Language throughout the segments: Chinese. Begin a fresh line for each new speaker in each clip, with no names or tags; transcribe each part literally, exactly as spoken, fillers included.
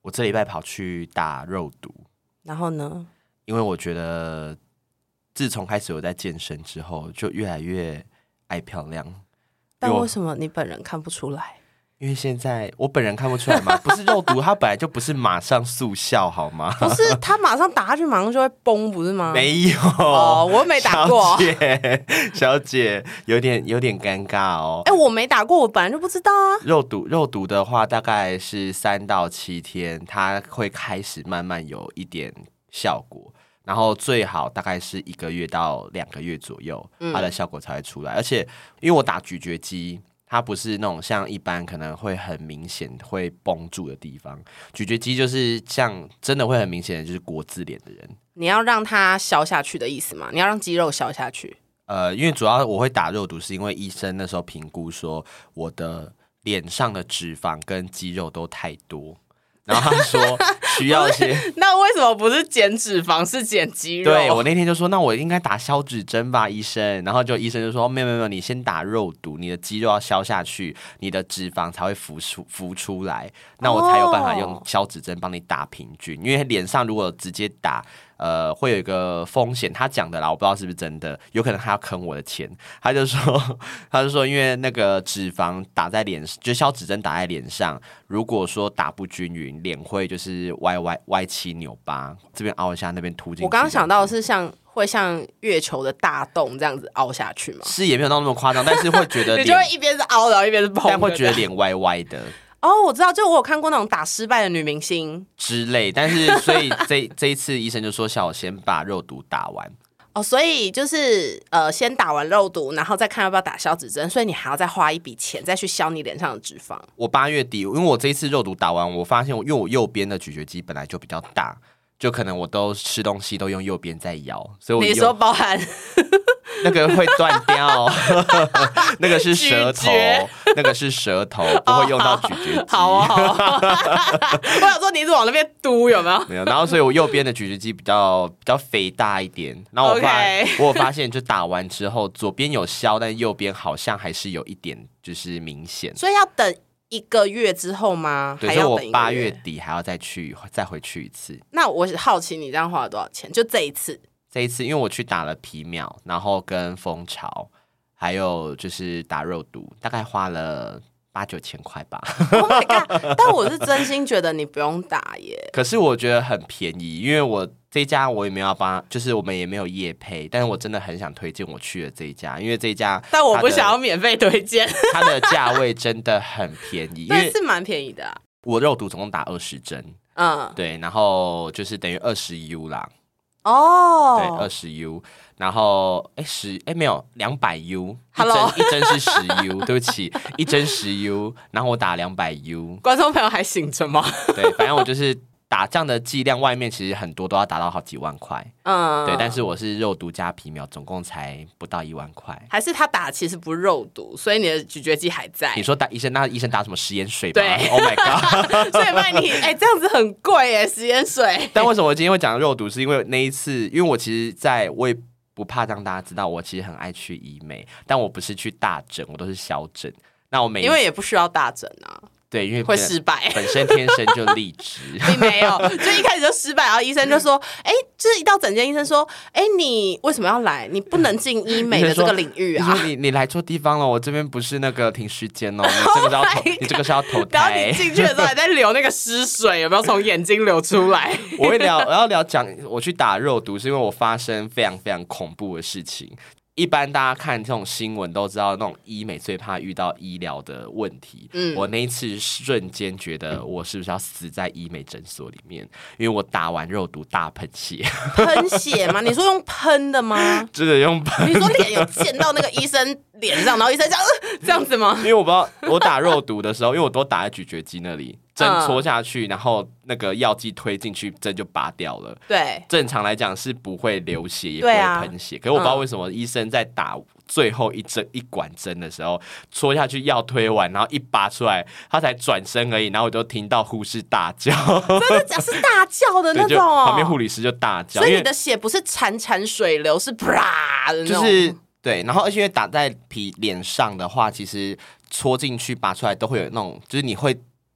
我这礼拜跑去打肉毒，
然后呢？
因为我觉得自从开始我在健身之后，就越来越爱漂亮。
但为什么你本人看不出来？
因为现在我本人看不出来嘛，不是肉毒，它本来就不是马上速效，好吗？
不是，它马上打下去，马上就会崩，不是吗？
没有，
哦，我又没打过。
小姐，小姐，有点有点尴尬哦。
哎、欸，我没打过，我本来就不知道啊。
肉毒肉毒的话，大概是三到七天，它会开始慢慢有一点效果。然后最好大概是一个月到两个月左右，它的效果才会出来。嗯、而且因为我打咀嚼肌，它不是那种像一般可能会很明显会绷住的地方，咀嚼肌就是像真的会很明显的就是国字脸的人。
你要让它消下去的意思吗？你要让肌肉消下去？
呃，因为主要我会打肉毒，是因为医生那时候评估说我的脸上的脂肪跟肌肉都太多。然后他说需要一些
那为什么不是减脂肪是减肌肉？
对，我那天就说那我应该打消脂针吧医生，然后就医生就说没有没有，你先打肉毒，你的肌肉要消下去，你的脂肪才会浮出浮出来，那我才有办法用消脂针帮你打平均。因为脸上如果直接打呃，会有一个风险，他讲的啦，我不知道是不是真的，有可能他要坑我的钱。他就说，他就说，因为那个脂肪打在脸，就消脂针打在脸上，如果说打不均匀，脸会就是歪歪歪七扭八，这边凹一下，那边凸进去。
我刚刚想到的是像会像月球的大洞这样子凹下去吗？
是也没有到那么夸张，但是会觉得
你就会一边是凹的，一边是蓬的，
但会觉得脸歪歪的。
哦，我知道，就我有看过那种打失败的女明星
之类，但是所以这这一次医生就说叫我先把肉毒打完。
哦，所以就是呃，先打完肉毒，然后再看要不要打消脂针，所以你还要再花一笔钱再去消你脸上的脂肪。
我八月底，因为我这一次肉毒打完，我发现我因为我右边的咀嚼肌本来就比较大，就可能我都吃东西都用右边在咬，所以我
你说包含
那个会断掉，那个是舌头，那个是舌头，不会用到咀嚼肌。
好啊，好啊。我想说你一直往那边嘟，有没有？
没有。然后所以我右边的咀嚼肌比较比较肥大一点。然后我发、okay. 我有发现，就打完之后，左边有消，但右边好像还是有一点就是明显。
所以要等一个月之后吗？
对，所以我八月底还要再去再回去一次。
那我好奇你这样花了多少钱？就这一次。
这一次因为我去打了皮秒，然后跟蜂巢，还有就是打肉毒，大概花了八九千块吧。
Oh my god！ 但我是真心觉得你不用打耶。
可是我觉得很便宜，因为我这一家我也没有要帮，就是我们也没有业配，但是我真的很想推荐我去的这一家，因为这一家，
但我不想要免费推荐，
它的价位真的很便宜，因为
是蛮便宜的、啊。
我肉毒总共打二十针，嗯，对，然后就是等于二十 U 啦。
哦，
对，二十 U， 然后哎十哎没有两百 U， 一针一针是十 U， 对不起，一针十 U， 然后我打两百 U，
观众朋友还醒着吗？
对，反正我就是打这样的剂量，外面其实很多都要打到好几万块，嗯，对，但是我是肉毒加皮秒，总共才不到一万块。
还是他打其实不是肉毒，所以你的咀嚼肌还在。
你说打医生，那医生打什么食盐水吗？
对
，Oh my god！
所以卖你哎、欸，这样子很贵耶，食盐水。
但为什么我今天会讲肉毒？是因为那一次，因为我其实在我也不怕让大家知道，我其实很爱去医美，但我不是去大诊，我都是小诊。那我每
因为也不需要大诊啊。
对，因为
会失败，
本身天生就立直，
并没有，就一开始就失败，然后医生就说：“哎、欸，就是一到诊间，医生说：‘哎、欸，你为什么要来？你不能进医美的这个领域啊！’
你说你你来错地方了，我这边不是那个停尸间哦，你这个是要投， oh、你这个是要投胎。
然后你进去的时候还在流那个湿水，有没有从眼睛流出来？
我会聊，我要聊讲，我去打肉毒是因为我发生非常非常恐怖的事情。”一般大家看这种新闻都知道，那种医美最怕遇到医疗的问题。嗯，我那一次瞬间觉得我是不是要死在医美诊所里面？因为我打完肉毒大喷血，
喷血吗？你说用喷的吗？
真的用喷的？
你说脸有溅到那个医生脸上，然后医生这样、呃、这样子吗？
因为我不知道我打肉毒的时候，因为我都打在咀嚼肌那里。针戳下去，然后那个药剂推进去，针就拔掉了。
对，
正常来讲是不会流血，也不会喷血。啊、可是我不知道为什么医生在打最后一针一管针的时候，戳下去药推完，然后一拔出来，他才转身而已，然后我就听到护士大叫，
真的假？是大叫的那种哦。
旁边护理师就大叫，
所以你的血不是潺潺水流，是啪的那种。
就是对，然后而且打在皮脸上的话，其实戳进去拔出来都会有那种，就是你会。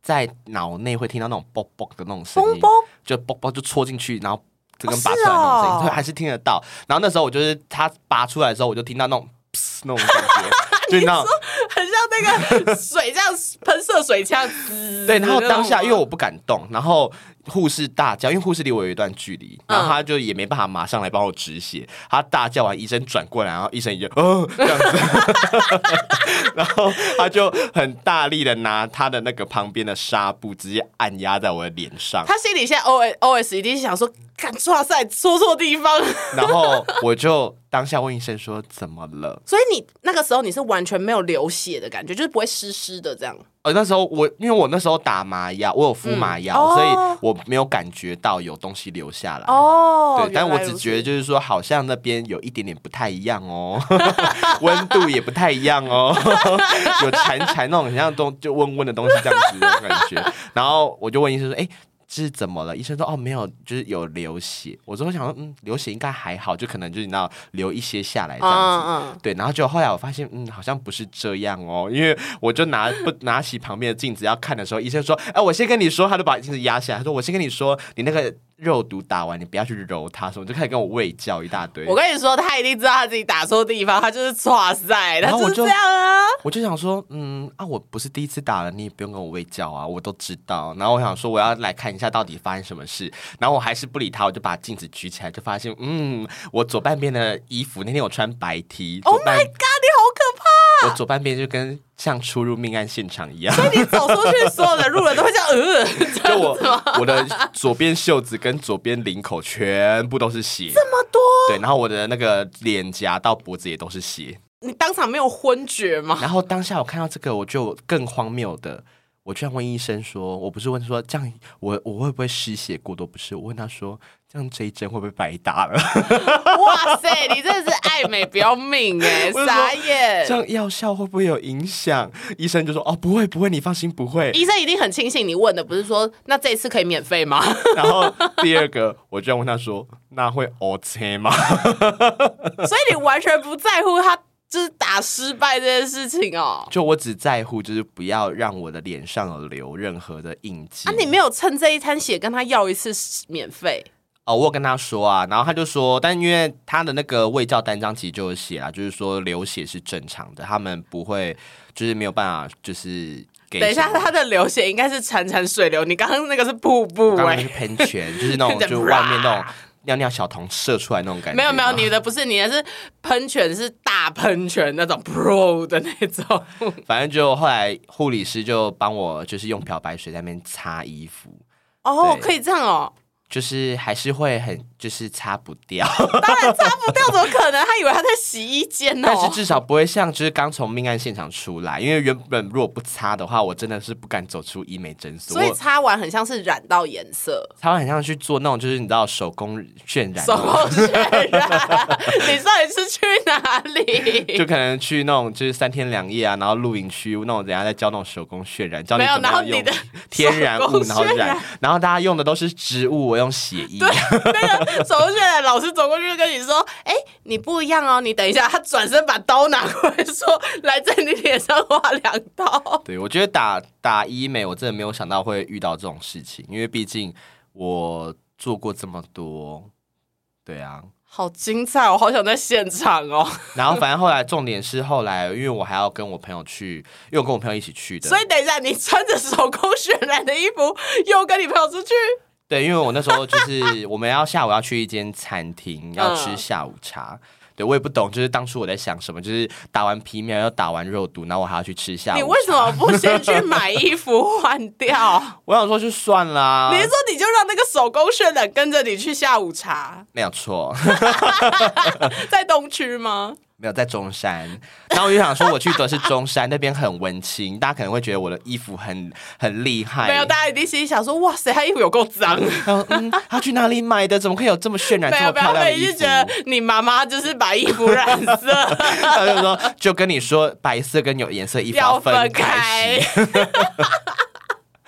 在脑内会听到那种啵啵的那种声音，
啵啵
就啵啵就戳进去，然后这根拔出来的那种声音，对、哦，还是听得到。然后那时候我就是它拔出来的时候，我就听到那种那种感觉。
你说很像那个水这样喷射水枪，
对。然后当下因为我不敢动，然后护士大叫，因为护士离我有一段距离，然后他就也没办法马上来帮我止血，他大叫完，医生转过来，然后医生也就哦这样子，然后他就很大力的拿他的那个旁边的纱布直接按压在我的脸上。
他心里现在 O S 一定想说，干哇塞，戳错地方。
然后我就当下问医生说怎么了？
所以你那个时候你是完全没有流血的感觉，就是不会湿湿的这样。
呃，那时候我因为我那时候打麻药，我有敷麻药、嗯哦，所以我没有感觉到有东西流下来。哦，对，但我只觉得就是说，好像那边有一点点不太一样哦，温度也不太一样哦，有潺潺那种很像东就温温的东西这样子的感觉。然后我就问医生说：“哎、欸。”这是怎么了？医生说哦没有，就是有流血。我就想说嗯，流血应该还好，就可能就是你知道流一些下来这样子。嗯嗯对，然后就后来我发现嗯好像不是这样哦，因为我就拿不拿起旁边的镜子要看的时候，医生说哎、欸、我先跟你说，他就把镜子压下来，他说我先跟你说，你那个肉毒打完你不要去揉它，什么就开始跟我喂教一大堆。
我跟你说，他一定知道他自己打错地方，他就是哇塞，他就是这样啊。
我就想说嗯啊我不是第一次打了，你也不用跟我喂教啊，我都知道。然后我想说我要来看一下到底发生什么事，然后我还是不理他，我就把镜子举起来，就发现嗯我左半边的衣服那天我穿白 T
，Oh my god 你好可怕，
我左半边就跟像出入命案现场一样，
所以你走出去所有的路人都会这样呃
就我我的左边袖子跟左边领口全部都是血，
这么多，
对，然后我的那个脸颊到脖子也都是血。
你当场没有昏厥吗？
然后当下我看到这个，我就更荒谬的，我居然问医生说，我不是问说这样我我会不会失血过多，不是，我问他说这样这一针会不会白打了？
哇塞，你真的是爱美不要命哎、欸，傻眼！
这样药效会不会有影响？医生就说哦不会不会，你放心不会。
医生一定很庆幸你问的不是说那这一次可以免费吗？
然后第二个我居然问他说那会 OK 吗？
所以你完全不在乎他就是打失败这件事情哦，
就我只在乎就是不要让我的脸上有留任何的印记。
啊，你没有趁这一滩血跟他要一次免费？
哦，我有跟他说啊，然后他就说，但因为他的那个卫教单张其实就有写啦，就是说流血是正常的，他们不会就是没有办法就是给。
等一下，他的流血应该是潺潺水流，你刚刚那个是瀑布、欸，
刚刚是喷泉，就是那种就外面那种。尿尿小童射出来那种感觉，
没有没有，你的不是，你的是喷泉，是大喷泉那种 pro 的那种。
反正就后来护理师就帮我就是用漂白水在那边擦衣服。
哦，可以这样哦。
就是还是会很就是擦不掉，
当然擦不掉，怎么可能？他以为他在洗衣间哦。
但是至少不会像就是刚从命案现场出来，因为原本如果不擦的话，我真的是不敢走出医美诊所。
所以擦完很像是染到颜色，
擦完很像去做那种就是你知道手工渲染。
手工渲染，你到底是去哪里？
就可能去那种就是三天两夜啊，然后露营区那种人家在教那种手工渲染，教你怎么样用天然物，然后染，然后大家用的都是植物。用血液，
对，那个手工渲染老师走过去就跟你说：“哎、欸，你不一样哦，你等一下。”他转身把刀拿过来说：“来，在你脸上划两刀。”
对，我觉得打打医美，我真的没有想到会遇到这种事情，因为毕竟我做过这么多，对啊。
好精彩，我好想在现场哦。
然后反正后来重点是后来，因为我还要跟我朋友去，因为我跟我朋友一起去的。
所以等一下，你穿着手工渲染的衣服，又跟你朋友出去？
对，因为我那时候就是我们要下午要去一间餐厅，要吃下午茶。嗯、对我也不懂，就是当初我在想什么，就是打完皮秒要打完肉毒，然后我还要去吃下午茶。
你为什么不先去买衣服换掉？
我想说就算啦。
你是说你就让那个手工渲染跟着你去下午茶？
没有错。
在东区吗？
没有，在中山。然后我就想说，我去的是中山那边很文青，大家可能会觉得我的衣服很很厉害。
没有，大家一定心里想说，哇塞，他衣服有够脏。
嗯，他去哪里买的？怎么可以有这么渲染、这么漂亮的衣服？
没有，就觉得你妈妈就是把衣服染色。
他就说，就跟你说，白色跟有颜色衣服要分开。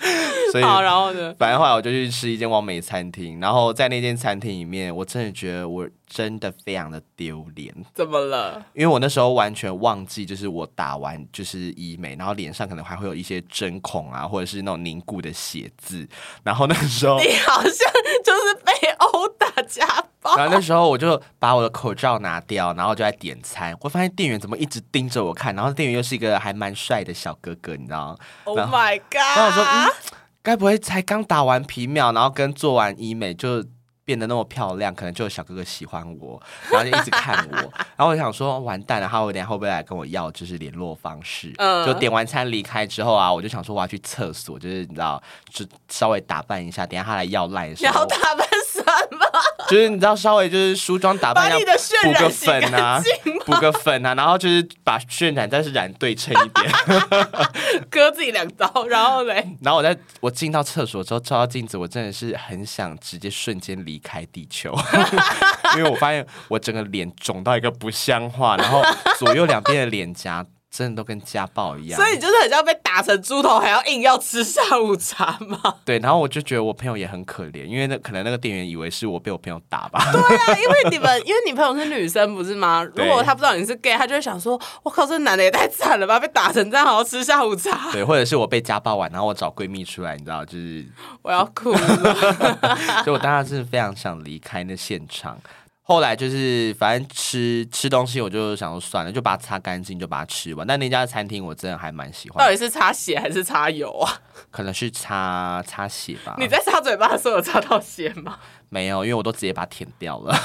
所以
好，然后呢？
反正后来我就去吃一间网美餐厅，然后在那间餐厅里面，我真的觉得我真的非常的丢脸。
怎么了？
因为我那时候完全忘记，就是我打完就是医美，然后脸上可能还会有一些针孔啊，或者是那种凝固的血渍。然后那个时候，
你好像就是被殴打家暴。
然后那时候我就把我的口罩拿掉，然后就在点餐。我发现店员怎么一直盯着我看，然后店员又是一个还蛮帅的小哥哥，你知道吗
？Oh my god！
然后我说，嗯，该不会才刚打完皮秒，然后跟做完医美就变得那么漂亮，可能就有小哥哥喜欢我，然后就一直看我。然后我想说，完蛋了，他有点会不会来跟我要就是联络方式？嗯，就点完餐离开之后啊，我就想说我要去厕所，就是你知道，就稍微打扮一下，等一下他来要赖的时候。
你要打扮什么？
就是你知道，稍微就是梳妆打扮，
把你的渲染
补个粉啊，补个粉啊，然后就是把渲染但是染对称一点，
割自己两刀，然后嘞，
然后我在我进到厕所之后照到镜子，我真的是很想直接瞬间离开地球，因为我发现我整个脸肿到一个不像话，然后左右两边的脸颊真的都跟家暴一样，
所以你就是很像被打成猪头，还要硬要吃下午茶吗？
对，然后我就觉得我朋友也很可怜，因为那可能那个店员以为是我被我朋友打吧。
对啊，因为你们因为你朋友是女生不是吗？如果他不知道你是 gay， 他就会想说：我靠，这男的也太惨了吧，被打成这样还要吃下午茶。
对，或者是我被家暴完，然后我找闺蜜出来，你知道，就是
我要哭了。
所以我当时是非常想离开那现场。后来就是反正吃吃东西，我就想说算了，就把它擦干净，就把它吃完。但那家餐厅我真的还蛮喜欢。
到底是擦血还是擦油啊？
可能是擦擦血吧。
你在擦嘴巴的时候有擦到血吗？
没有，因为我都直接把它舔掉了。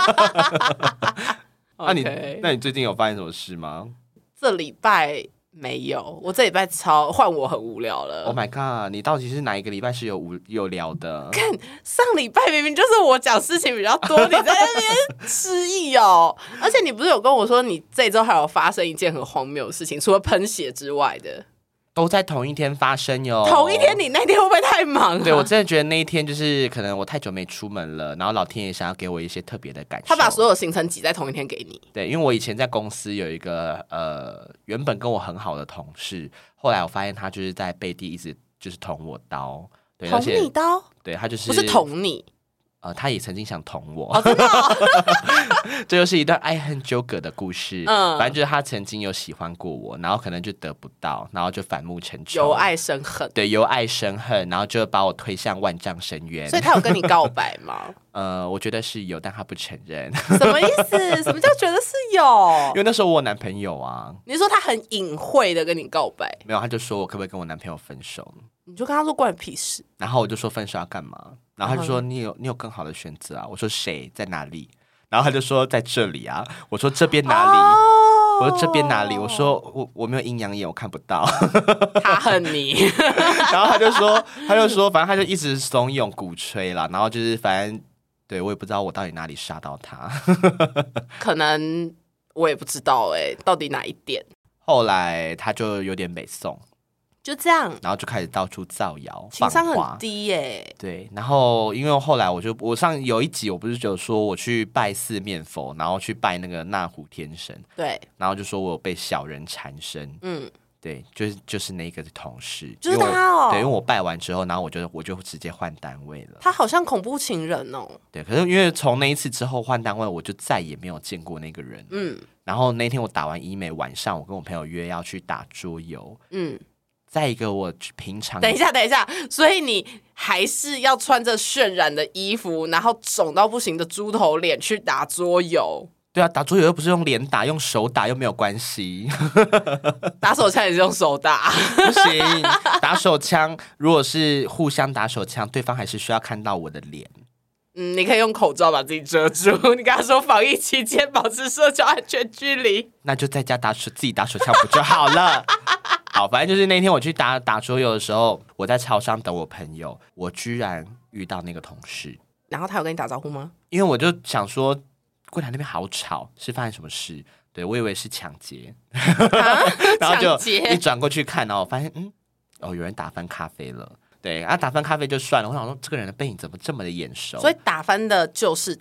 那、啊、你那你最近有发生什么事吗？
这礼拜没有，我这礼拜超换我很无聊了。
Oh my god， 你到底是哪一个礼拜是有无有聊的？
看上礼拜明明就是我讲事情比较多，你在那边失忆哦。而且你不是有跟我说你这周还有发生一件很荒谬的事情，除了喷血之外的
都在同一天发生哟。
同一天，你那天会不会太忙啊？
对，我真的觉得那一天就是可能我太久没出门了，然后老天爷想要给我一些特别的感受。
他把所有行程挤在同一天给你。
对，因为我以前在公司有一个呃，原本跟我很好的同事，后来我发现他就是在背地一直就是捅我刀，对，
捅你刀？
对，他就是
不是捅你。
呃，他也曾经想捅我，
哦，真的哦、
这就是一段爱恨纠葛的故事。嗯，反正就是他曾经有喜欢过我，然后可能就得不到，然后就反目成仇，
由爱生恨。
对，由爱生恨，然后就把我推向万丈深渊。
所以他有跟你告白吗？
呃，我觉得是有，但他不承认。
什么意思？什么叫觉得是有？
因为那时候我有男朋友啊。
你是说他很隐晦的跟你告白？
没有，他就说我可不可以跟我男朋友分手？
你就跟他说关你屁事。
然后我就说分手要干嘛？然后他就说你有你有更好的选择啊。我说谁在哪里？然后他就说在这里啊。我说这边哪里？哦、我说这边哪里？我说我我没有阴阳眼，我看不到。
他恨你。
然后他就说他就说反正他就一直怂恿鼓吹啦，然后就是反正对我也不知道我到底哪里杀到他。
可能我也不知道哎、欸，到底哪一点？
后来他就有点北宋。
就这样，
然后就开始到处造谣，
情商很低耶、欸。
对，然后因为后来我就我上有一集我不是就说我去拜四面佛，然后去拜那个那虎天神，
对，
然后就说我有被小人缠身，嗯，对，就是就是那个同事，
就是他哦，
对，因为我拜完之后，然后我就我就直接换单位了。
他好像恐怖情人哦。
对，可是因为从那一次之后换单位，我就再也没有见过那个人，嗯。然后那天我打完医美，晚上我跟我朋友约要去打桌游，嗯。再一个，我平常
等一下，等一下，所以你还是要穿着渲染的衣服，然后肿到不行的猪头脸去打桌游。
对啊，打桌游又不是用脸打，用手打又没有关系。
打手枪也是用手打，
不行。打手枪如果是互相打手枪，对方还是需要看到我的脸。
嗯，你可以用口罩把自己遮住。你跟他说防疫期间保持社交安全距离，
那就在家打手自己打手枪不就好了？好，反正就是那天我去打打桌游的时候，我在超商等我朋友，我居然遇到那个同事。
然后他有跟你打招呼吗？
因为我就想说，柜台那边好吵，是发生什么事？对，我以为是抢劫，啊、然后就一转过去看，然后我发现，嗯，哦，有人打翻咖啡了。对，啊，打翻咖啡就算了，我想说这个人的背影怎么这么的眼熟？
所以打翻的就是他。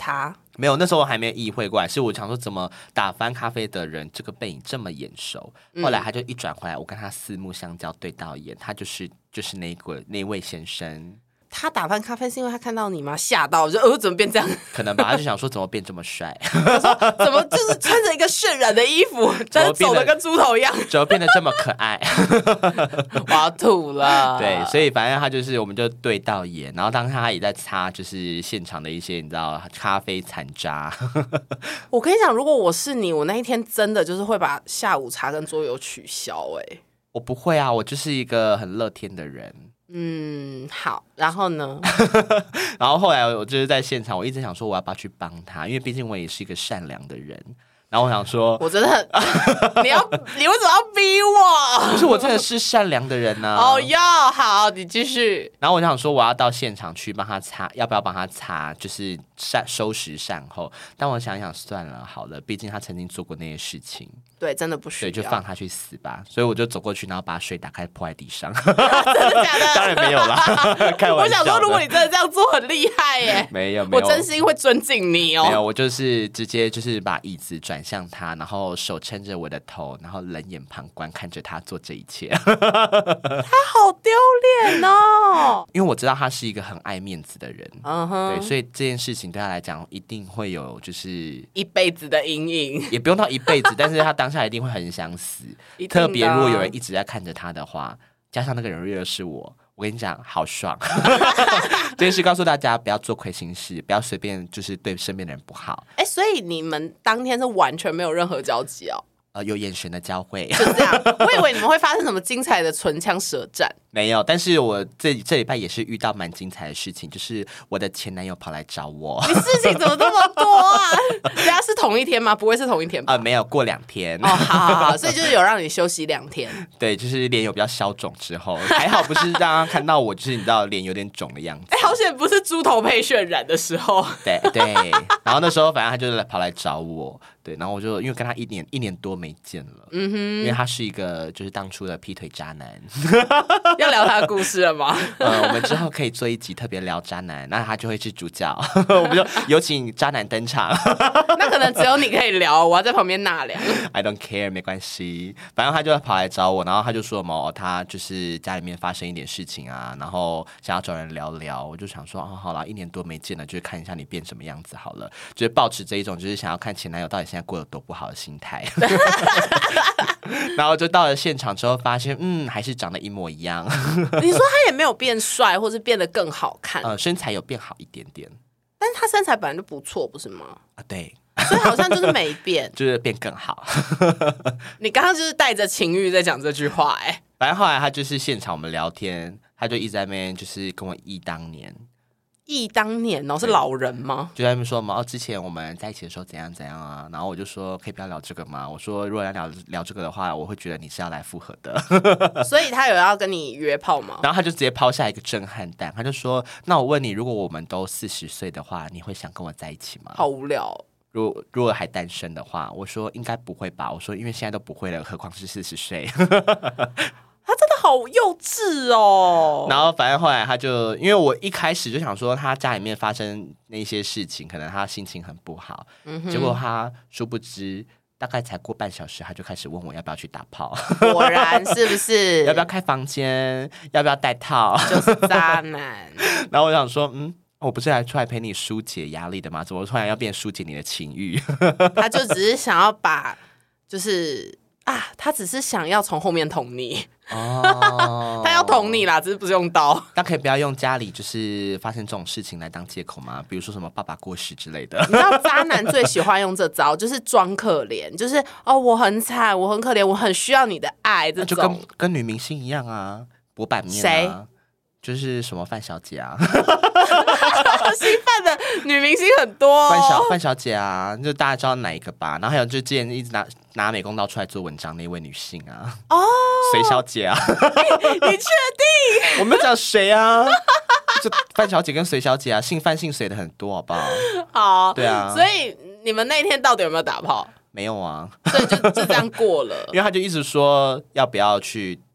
没有，那时候我还没有意会过来，是我想说怎么打翻咖啡的人这个背影这么眼熟。后来他就一转回来，我跟他四目相交对到眼，他就是就是那个那位先生。
他打翻咖啡是因为他看到你吗？吓到就呃怎么变这样？
可能吧，他就想说怎么变这么帅，
怎么就是穿着一个渲染的衣服，但是走的跟猪头一样，
怎么变得这么可爱？
我要吐了。
对，所以反正他就是我们就对到眼，然后当他也在擦就是现场的一些你知道咖啡残渣。
我跟你讲，如果我是你，我那一天真的就是会把下午茶跟桌游取消。哎、欸，
我不会啊，我就是一个很乐天的人。
嗯，好，然后呢？
然后后来我就是在现场，我一直想说我要不要去帮他，因为毕竟我也是一个善良的人。然后我想说，
我真的很，你要你为什么要逼我？
可是我真的是善良的人呢、
啊。哦哟，好，你继续。
然后我想说，我要到现场去帮他擦，要不要帮他擦？就是善收拾善后。但我想想，算了，好了，毕竟他曾经做过那些事情。
对，真的不需要。
对，就放他去死吧。所以我就走过去，然后把水打开泼在地上。
真的假的？
当然没有啦，开玩笑的。
我想说，如果你真的这样做，很厉害耶。
没有，没有，
我真心会尊敬你哦。
没有，我就是直接就是把椅子转向他，然后手撑着我的头，然后冷眼旁观看着他做这一切。
他好丢脸哦，
因为我知道他是一个很爱面子的人，
嗯哼，
对，所以这件事情对他来讲一定会有就是
一辈子的阴影，
也不用到一辈子，但是他当下一定会很想死。特别如果有人一直在看着他的话，加上那个人又是我，我跟你讲，好爽。这件事告诉大家，不要做亏心事，不要随便就是对身边的人不好。
哎、欸，所以你们当天是完全没有任何交集哦？
呃，有眼神的交汇，
就这样。我以为你们会发生什么精彩的唇枪舌战，
没有。但是我这这礼拜也是遇到蛮精彩的事情，就是我的前男友跑来找我。
你事情怎么这么多啊？人家是同一天吗？不会是同一天吧？
呃，没有，过两天。
哦，好好好，所以就是有让你休息两天。
对，就是脸有比较消肿之后，还好不是让他看到我，就是你知道脸有点肿的样子。
哎、欸，好险不是猪头配渲染的时候。
对对，然后那时候反正他就是跑来找我。对，然后我就因为跟他一年一年多没见了，嗯哼，因为他是一个就是当初的劈腿渣男。
要聊他的故事了吗？
呃，我们之后可以做一集特别聊渣男，那他就会是主角，我们就有请渣男登场。
那可能只有你可以聊，我要在旁边纳凉。
I don't care， 没关系，反正他就跑来找我，然后他就说什么他就是家里面发生一点事情啊，然后想要找人聊聊。我就想说哦，好啦，一年多没见了，就是看一下你变什么样子好了，就是抱持这一种就是想要看前男友到底现在过得多不好的心态。然后就到了现场之后，发现嗯，还是长得一模一样。
你说他也没有变帅，或是变得更好看？
呃，身材有变好一点点，
但是他身材本来就不错，不是吗？
啊，对，
所以好像就是没变，
就是变更好。
你刚刚就是带着情欲在讲这句话、欸，哎，
反正后来他就是现场我们聊天，他就一直在那边就是跟我忆当年。
忆当年哦，是老人吗？
就在那边说嘛，哦，之前我们在一起的时候怎样怎样啊，然后我就说可以不要聊这个吗？我说如果要聊聊这个的话，我会觉得你是要来复合的。
所以他有要跟你约炮吗？
然后他就直接抛下一个震撼弹，他就说：“那我问你，如果我们都四十岁的话，你会想跟我在一起吗？”
好无聊哦。
如果如果还单身的话，我说应该不会吧。我说因为现在都不会了，何况是四十岁。
他真的好幼稚哦。
然后反正后来他就，因为我一开始就想说他家里面发生那些事情，可能他心情很不好，嗯、结果他殊不知。大概才过半小时，他就开始问我要不要去打炮。
果然是不是？
要不要开房间？要不要带套？
就是渣男。
然后我想说，嗯，我不是来出来陪你疏解压力的吗？怎么突然要变疏解你的情欲？
他就只是想要把，就是啊，他只是想要从后面捅你。哦，他要捅你啦，只是不是用刀。
但可以不要用家里就是发生这种事情来当借口吗？比如说什么爸爸过世之类的。
你知道渣男最喜欢用这招，就是装可怜，就是哦我很惨，我很可怜，我很需要你的爱，这种
就跟跟女明星一样啊，博版面啊。谁？就是什么范小姐啊，
新范的女明星很多、哦，
范小范小姐啊，就大家知道哪一个吧？然后还有就之前一直拿拿美工刀出来做文章那位女性啊，哦，隋小姐啊，
你确定？
我没有讲谁啊，就范小姐跟隋小姐啊，姓范姓隋的很多，好不好？
好，
对啊，
所以你们那一天到底有没有打炮？
没有啊，
所以就就这样过了，
因为他就一直说要不要去。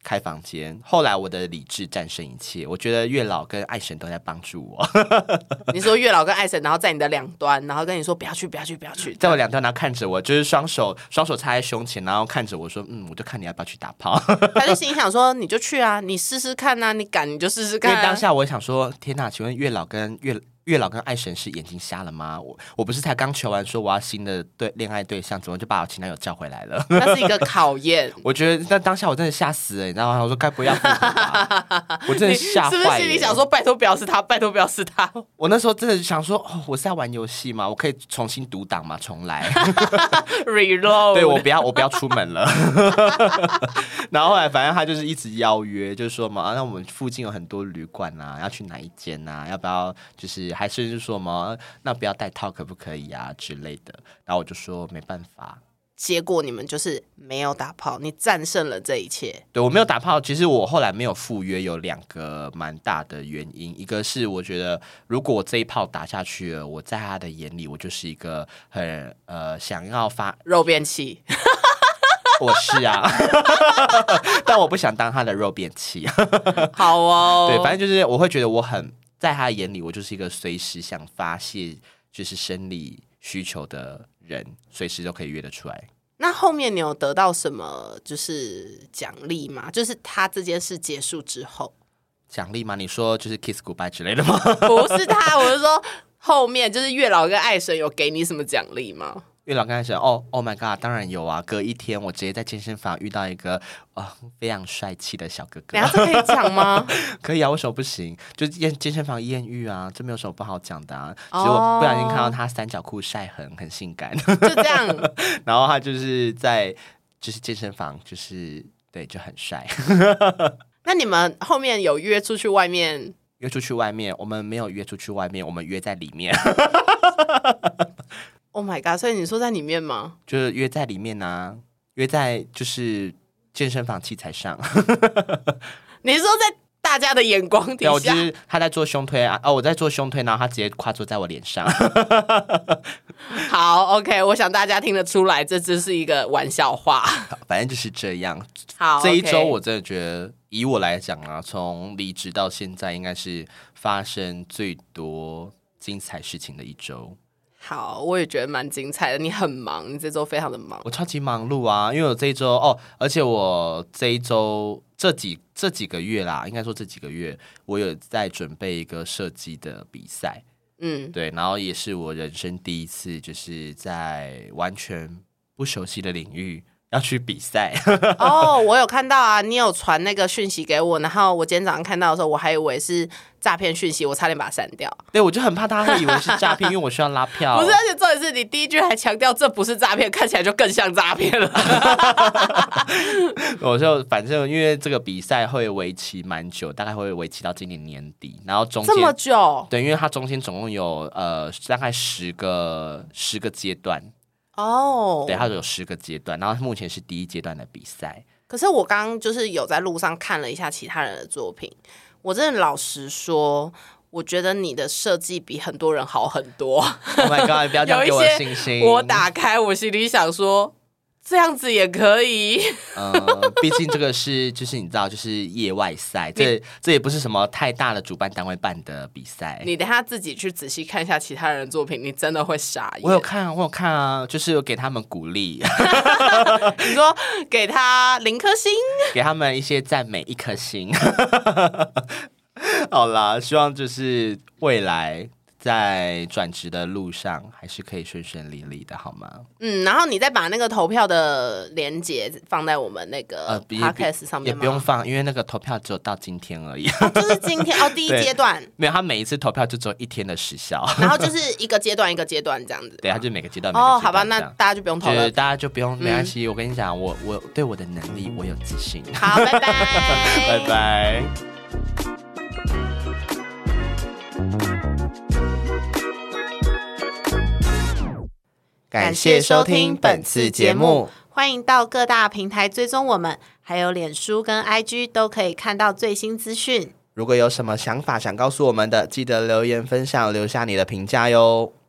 开房间。后来我的理智战胜一切，我觉得月老跟爱神都在帮助我。
你说月老跟爱神，然后在你的两端，然后跟你说不要去，不要去，不要去，
在我两端，然后看着我，就是双手双手插在胸前，然后看着我说：“嗯，我就看你要不要去打炮。”
他就心里想说：“你就去啊，你试试看啊，你敢你就试试看、啊。”
因为当下我想说：“天哪，请问月老跟月月老跟爱神是眼睛瞎了吗？我我不是才刚求完说我要新的对恋爱对象，怎么就把我前男友叫回来了？
那是一个考验。
我觉得那当下我真的吓死了，你知道吗？我说该不会要复合吧？我真的吓坏了。是不是
心里想说拜托不要是他，拜托不要是他？
我那时候真的想说，哦，我是在玩游戏吗？我可以重新读档吗？重来
reload。
对，我不要，我不要出门了。然后后来反正他就是一直邀约，就是说嘛，那我们附近有很多旅馆啊，要去哪一间啊？要不要就是还甚至说嘛，那不要带套可不可以啊之类的。然后我就说没办法。
结果你们就是没有打炮，你战胜了这一切。
对，我没有打炮。其实我后来没有赴约，有两个蛮大的原因。一个是我觉得，如果我这一炮打下去了，我在他的眼里，我就是一个很呃想要发
肉便器。
我是啊，但我不想当他的肉便器。
好哦，
对，反正就是我会觉得我很在他的眼里，我就是一个随时想发泄就是生理需求的人，随时都可以约得出来。
那后面你有得到什么就是奖励吗？就是他这件事结束之后，
奖励吗？你说就是 kiss goodbye 之类的吗？
不是他，我是说后面就是月老跟爱神有给你什么奖励吗？
月老刚才说哦 ，Oh my god， 当然有啊！隔一天，我直接在健身房遇到一个哦非常帅气的小哥哥。
等下这可以讲吗？
可以啊，为什么不行？就健健身房艳遇啊，这没有什么不好讲的啊。只是我不小心看到他三角裤晒痕，很性感。
就这样。
然后他就是在就是健身房，就是对就很帅。
那你们后面有约出去外面？
约出去外面？我们没有约出去外面，我们约在里面。
Oh my god！ 所以你说在里面吗？
就是约在里面啊，约在就是健身房器材上。
你是说在大家的眼光底下？
对，我就是他在做胸推啊，哦，我在做胸推，然后他直接跨坐在我脸上。
好 ，OK， 我想大家听得出来，这只是一个玩笑话。
反正就是这样。
好，
这一周
okay
我真的觉得，以我来讲啊，从离职到现在，应该是发生最多精彩事情的一周。
好，我也觉得蛮精彩的。你很忙，你这周非常的忙。
我超级忙碌啊，因为我这一周哦，而且我这一周这几这几个月啦，应该说这几个月，我有在准备一个设计的比赛，嗯，对，然后也是我人生第一次，就是在完全不熟悉的领域要去比赛。
哦，我有看到啊，你有传那个讯息给我，然后我今天早上看到的时候，我还以为是诈骗讯息，我差点把它删掉。
对，我就很怕他会以为是诈骗，因为我需要拉票。
不是，而且重点是你第一句还强调这不是诈骗，看起来就更像诈骗了。
我就反正因为这个比赛会为期蛮久，大概会为期到今年年底，然后中间
这么久，
对，因为它中间总共有呃大概十个十个阶段。
哦，
oh. 对，它有十个阶段，然后目前是第一阶段的比赛。
可是我刚刚就是有在路上看了一下其他人的作品，我真的老实说，我觉得你的设计比很多人好很多。
Oh my god！ 不要这样给我信心。
我打开，我心里想说，这样子也可以。
嗯，毕竟这个是就是你知道，就是业外赛，这这也不是什么太大的主办单位办的比赛。
你等一下自己去仔细看一下其他人的作品，你真的会傻眼。
我有看，我有看啊，就是有给他们鼓励。
你说给他零颗星，
给他们一些赞美，一颗星。好啦，希望就是未来在转职的路上还是可以顺顺利利的，好吗？
嗯，然后你再把那个投票的连结放在我们那个 podcast 上面吗？
也不用放，因为那个投票只有到今天而已。
哦、就是今天哦，第一阶段
没有，他每一次投票就只有一天的时效，
然后就是一个阶段一个阶段这样子。
对，他就每个阶段每个阶段
哦，好吧，那大家就不用投了，
大家就不用，没关系。嗯、我跟你讲，我我对我的能力我有自信。
好，拜拜，
拜拜。感谢收听本次节目，
欢迎到各大平台追踪我们，还有脸书跟 I G 都可以看到最新资讯。
如果有什么想法想告诉我们的，记得留言分享，留下你的评价哟。